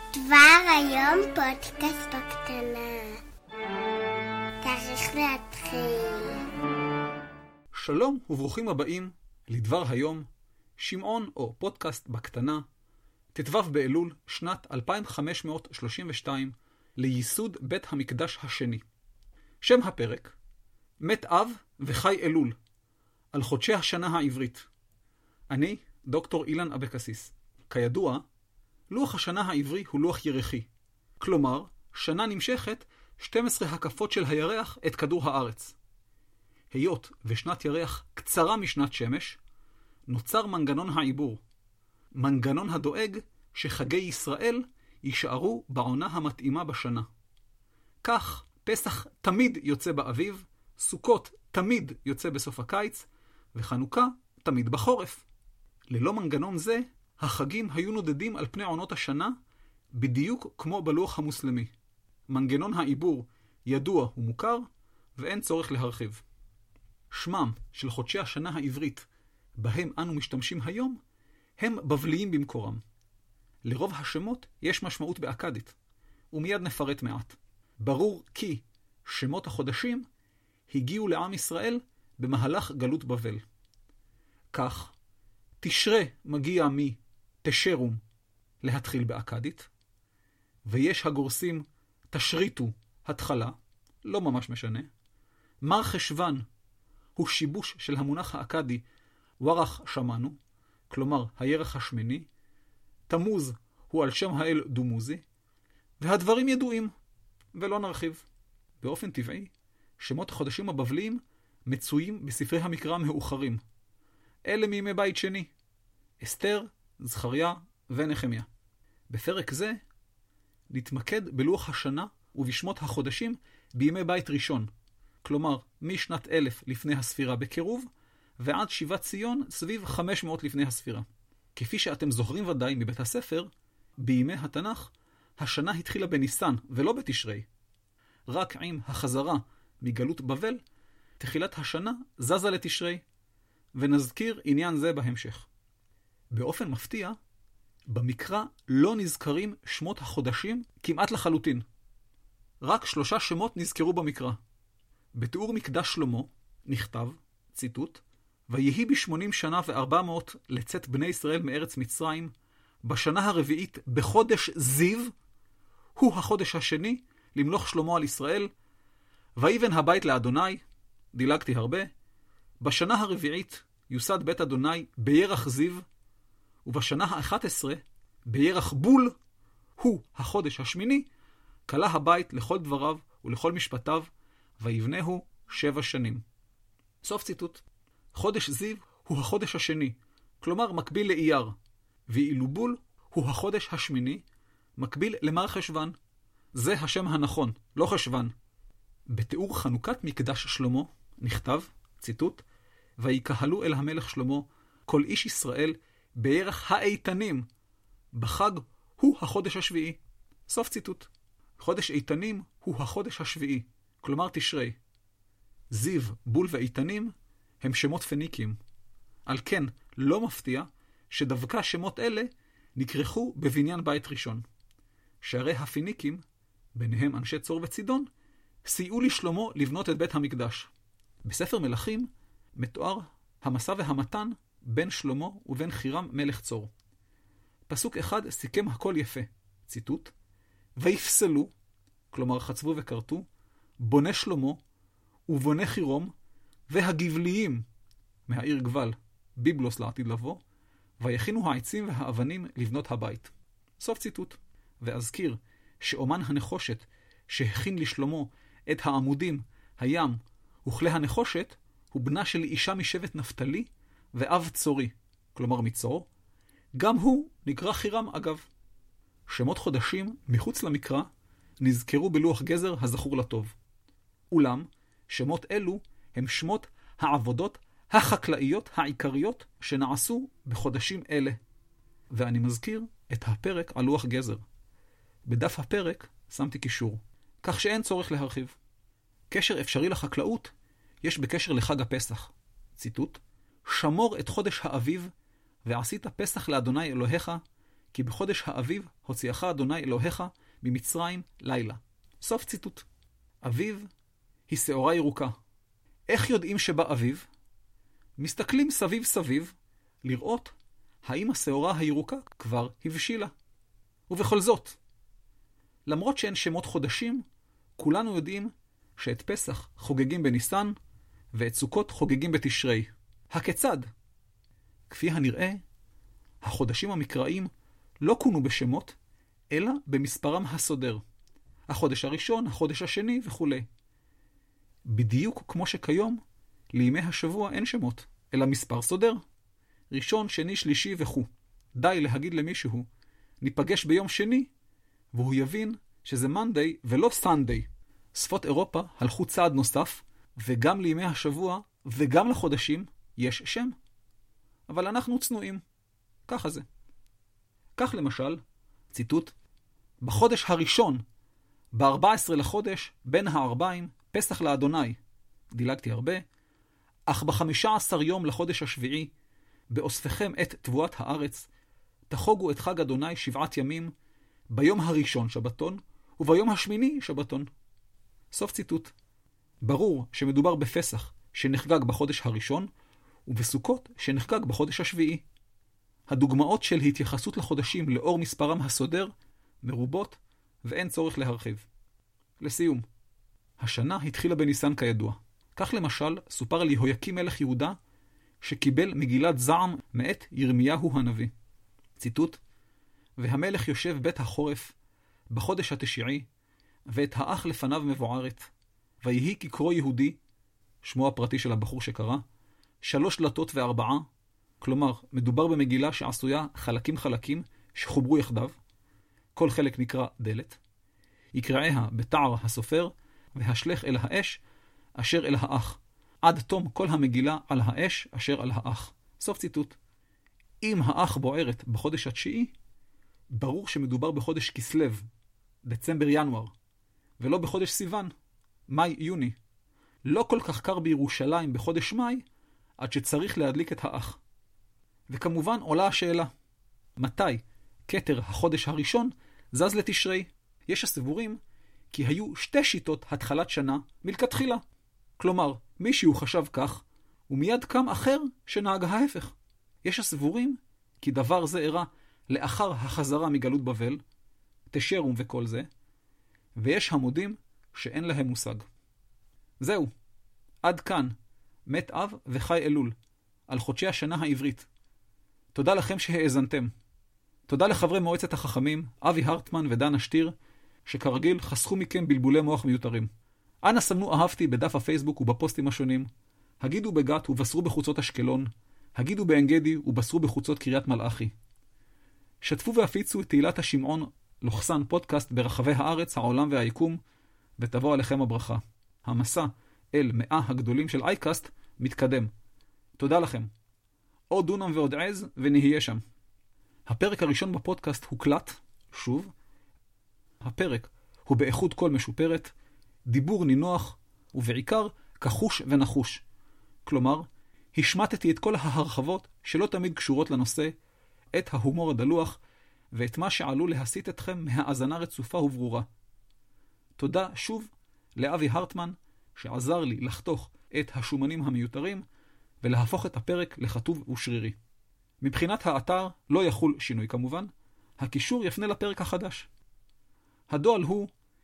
דבר היום פודקאסט בקטנה. צריך להתחיל. שלום וברוכים הבאים לדבר היום, שמעון או פודקאסט בקטנה, ט"ו באלול שנת 2532 לייסוד בית המקדש השני. שם הפרק, מת אב וחי אלול, על חודשי השנה העברית. אני דוקטור אילן אבקסיס. כידוע, לוח השנה העברי הוא לוח ירחי. כלומר, שנה נמשכת 12 הקפות של הירח את כדור הארץ. היות ושנת ירח קצרה משנת שמש, נוצר מנגנון העיבור. מנגנון הדואג שחגי ישראל יישארו בעונה המתאימה בשנה. כך, פסח תמיד יוצא באביב, סוכות תמיד יוצא בסוף הקיץ, וחנוכה תמיד בחורף. ללא מנגנון זה, החגים היו נודדים על פני עונות השנה, בדיוק כמו בלוח המוסלמי. מנגנון העיבור ידוע ומוכר, ואין צורך להרחיב. שמם של חודשי השנה העברית, בהם אנו משתמשים היום, הם בבליים במקורם. לרוב השמות יש משמעות באקדית, ומיד נפרט מעט. ברור כי שמות החודשים הגיעו לעם ישראל במהלך גלות בבל. כך, תשרה מגיע מתשרום להתחיל באקדית, ויש הגורסים תשריטו התחלה, לא ממש משנה. מר חשוון הוא שיבוש של המונח האקדי ורח שמנו, כלומר הירח השמיני. תמוז הוא על שם האל דומוזי, והדברים ידועים, ולא נרחיב. באופן טבעי, שמות החודשים הבבליים מצויים בספרי המקרא המאוחרים. אלה מימי בית שני, אסתר, זכריה ונחמיה. בפרק זה נתמקד בלוח השנה ובשמות החודשים בימי בית ראשון, כלומר משנת 1000 לפני הספירה בקירוב, ועד שיבת ציון סביב 500 לפני הספירה. כפי שאתם זוכרים ודאי מבית הספר, בימי התנ"ך השנה התחילה בניסן ולא בתשרי. רק עם החזרה מגלות בבל, תחילת השנה זזה לתשרי, ונזכיר עניין זה בהמשך. באופן מפתיע, במקרא לא נזכרים שמות החודשים כמעט לחלוטין. רק 3 שמות נזכרו במקרא. בתיאור מקדש שלמה נכתב, ציטוט, ויהי ב80 שנה ו400 לצאת בני ישראל מארץ מצרים, בשנה הרביעית בחודש זיו, הוא החודש השני למלוך שלמה על ישראל, ויבן הבית לאדוני, דילגתי הרבה, בשנה הרביעית יוסד בית אדוני בירח זיו, ובשנה ה-11 בירח בול, הוא החודש השמיני, קלה הבית לכל דבריו ולכל משפטיו, ויבנהו 7 שנים. סוף ציטוט. חודש זיו הוא החודש השני, כלומר מקביל לאייר, ואילו בול הוא החודש השמיני, מקביל למר חשוון. זה השם הנכון, לא חשוון. בתיאור חנוכת מקדש שלמה נכתב, ציטוט, ויקהלו אל המלך שלמה כל איש ישראל בירח האיתנים, בחג הוא החודש השביעי. סוף ציטוט. חודש איתנים הוא החודש השביעי, כלומר תשרי. זיו, בול ואיתנים הם שמות פניקיים. על כן, לא מפתיע שדווקא שמות אלה נקרחו בבניין בית ראשון. שהרי הפיניקים, ביניהם אנשי צור וצידון, סייעו לשלמה לבנות את בית המקדש. בספר מלכים מתואר המסע והמתן בין שלמה ובין חירם מלך צור. פסוק אחד סיכם הכל יפה, ציטוט, ויפסלו, כלומר חצבו וקרטו, בונה שלמה ובונה חירום, והגבליים מהעיר גבל, ביבלוס לעתיד לבוא, ויכינו העצים והאבנים לבנות הבית. סוף ציטוט. ואזכיר שאומן הנחושת שהכין לשלמה את העמודים, הים וכלי הנחושת, הוא בנה של אישה משבט נפתלי ואב צורי, כלומר מצור. גם הוא נקרא חירם אגב. שמות חודשים מחוץ למקרא נזכרו בלוח גזר הזכור לטוב. אולם, שמות אלו הם שמות העבודות החקלאיות העיקריות שנעשו בחודשים אלה. ואני מזכיר את הפרק על לוח גזר. בדף הפרק שמתי קישור, כך שאין צורך להרחיב. קשר אפשרי לחקלאות יש בקשר לחג הפסח. ציטוט, שמור את חודש האביב ועשית פסח לאדוני אלוהיך, כי בחודש האביב הוציאך אדוני אלוהיך ממצרים לילה. סוף ציטוט. אביב היא שעורה ירוקה. איך יודעים שבא אביב? מסתכלים סביב סביב לראות האם השעורה הירוקה כבר הבשילה. ובכל זאת, למרות שאין שמות חודשים, כולנו יודעים שאת פסח חוגגים בניסן ואת סוכות חוגגים בתשרי. הכיצד? כפי הנראה, החודשים המקראיים לא כונו בשמות, אלא במספרם הסודר. החודש הראשון, החודש השני וכו'. בדיוק כמו שכיום, לימי השבוע אין שמות, אלא מספר סודר. ראשון, שני, שלישי וכו'. די להגיד למישהו, ניפגש ביום שני, והוא יבין שזה Monday ולא Sunday. שפות אירופה הלכו צעד נוסף, וגם לימי השבוע וגם לחודשים יש שם. אבל אנחנו צנועים. ככה זה. כך למשל, ציטוט, בחודש הראשון, ב-14 לחודש, בין הערביים, פסח לאדוני. דילגתי הרבה. אך ב-15 יום לחודש השביעי, באוספכם את תבואת הארץ, תחוגו את חג אדוני 7 ימים, ביום הראשון שבתון, וביום השמיני שבתון. סוף ציטוט. ברור שמדובר בפסח שנחגג בחודש הראשון, ובסוכות שנחגג בחודש השביעי. הדוגמאות של התייחסות לחודשים לאור מספרם הסודר מרובות, ואין צורך להרחיב. לסיום, השנה התחילה בניסן כידוע. כך למשל סופר על יהויקים מלך יהודה, שקיבל מגילת זעם מאת ירמיהו הנביא. ציטוט, והמלך יושב בית החורף בחודש התשיעי, ואת האח לפניו מבוערת, ויהי כקרוא יהודי, שמו הפרטי של הבחור שקרא, 3 דלתות ו4, כלומר, מדובר במגילה שעשויה חלקים שחוברו יחדיו, כל חלק נקרא דלת, יקרעיה בתער הסופר, והשלך אל האש אשר אל האח, עד תום כל המגילה על האש אשר על האח. סוף ציטוט. אם האח בוערת בחודש התשיעי, ברור שמדובר בחודש כסלב, דצמבר-ינואר, ולא בחודש סיוון, מאי-יוני. לא כל כך קר בירושלים בחודש מאי, עד שצריך להדליק את האח. וכמובן עולה השאלה, מתי כתר החודש הראשון זז לתשרי? יש הסבורים כי היו 2 שיטות התחלת שנה מלכתחילה. כלומר, מישהו חשב כך, ומיד קם אחר שנהג ההפך. יש הסבורים כי דבר זה אירע לאחר החזרה מגלות בבל, תשרום וכל זה, ויש המודים שאין להם מושג. זהו, עד כאן, מת אב וחי אלול, על חודשי השנה העברית. תודה לכם שהאזנתם. תודה לחברי מועצת החכמים, אבי הרטמן ודנה שטיר, שכרגיל חסכו מכם בלבולי מוח מיותרים. אנא סמנו אהבתי בדף הפייסבוק ובפוסטים השונים, הגידו בגת ובשרו בחוצות אשקלון, הגידו באנגדי ובשרו בחוצות קריית מלאכי. שתפו והפיצו את תהילת השמעון פודקאסט ברחבי הארץ, העולם והיקום, ותבוא עליכם הברכה. המסע אל 100 הגדולים של אייקאסט מתקדם. תודה לכם. עוד דונם ועוד עז ונהיה שם. הפרק הראשון בפודקאסט הוקלט, שוב. הפרק הוא באיכות קול משופרת, דיבור נינוח, ובעיקר כחוש ונחוש. כלומר, השמטתי את כל ההרחבות שלא תמיד קשורות לנושא, את ההומור הדלוח, ואת מה שעלול להסיט אתכם מהאזנה רצופה וברורה. תודה שוב לאבי הרטמן, שעזר לי לחתוך את השומנים המיותרים, ולהפוך את הפרק לכתוב ושרירי. מבחינת האתר לא יחול שינוי כמובן, הקישור יפנה לפרק החדש. הדואל הוא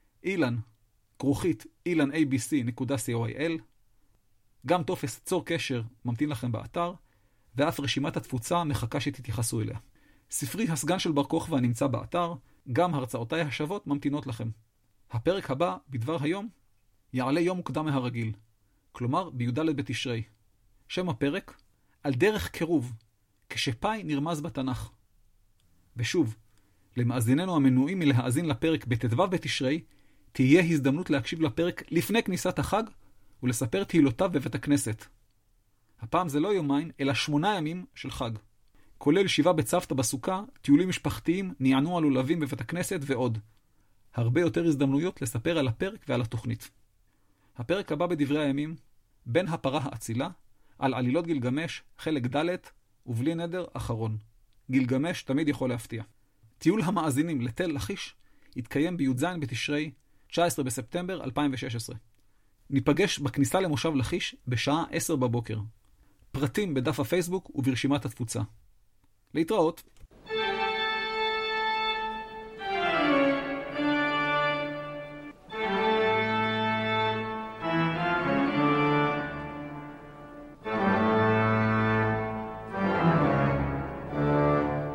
ilan@ilanabc.coil. גם טופס צור קשר ממתין לכם באתר, ואף רשימת התפוצה מחכה שתתייחסו אליה. ספרי הסגן של בר כוכבא נמצא באתר, גם הרצאותיי השוות ממתינות לכם. הפרק הבא בדבר היום יעלה יום מוקדם מהרגיל, כלומר בי"ד בתשרי. שם הפרק, על דרך קירוב, כשפאי נרמז בתנ"ך. ושוב, למאזיננו המנועים מלהאזין לפרק בט"ו בתשרי, תהיה הזדמנות להקשיב לפרק לפני כניסת החג, ולספר תהילותיו בבית הכנסת. הפעם זה לא יומיים, אלא 8 ימים של חג. כולל 7 בצוותא בסוכה, טיולים משפחתיים, נענוע לולבים בבית הכנסת ועוד. הרבה יותר הזדמנויות לספר על הפרק ועל התוכנית. הפרק הבא בדברי הימים, בין הפרה האצילה, על עלילות גילגמש, חלק ד' ובלי נדר אחרון. גילגמש תמיד יכול להפתיע. טיול המאזינים לתל לכיש יתקיים בי"ז בתשרי, 19 בספטמבר 2016. ניפגש בכניסה למושב לכיש בשעה 10 בבוקר. פרטים בדף הפייסבוק וברשימת התפוצה. להתראות.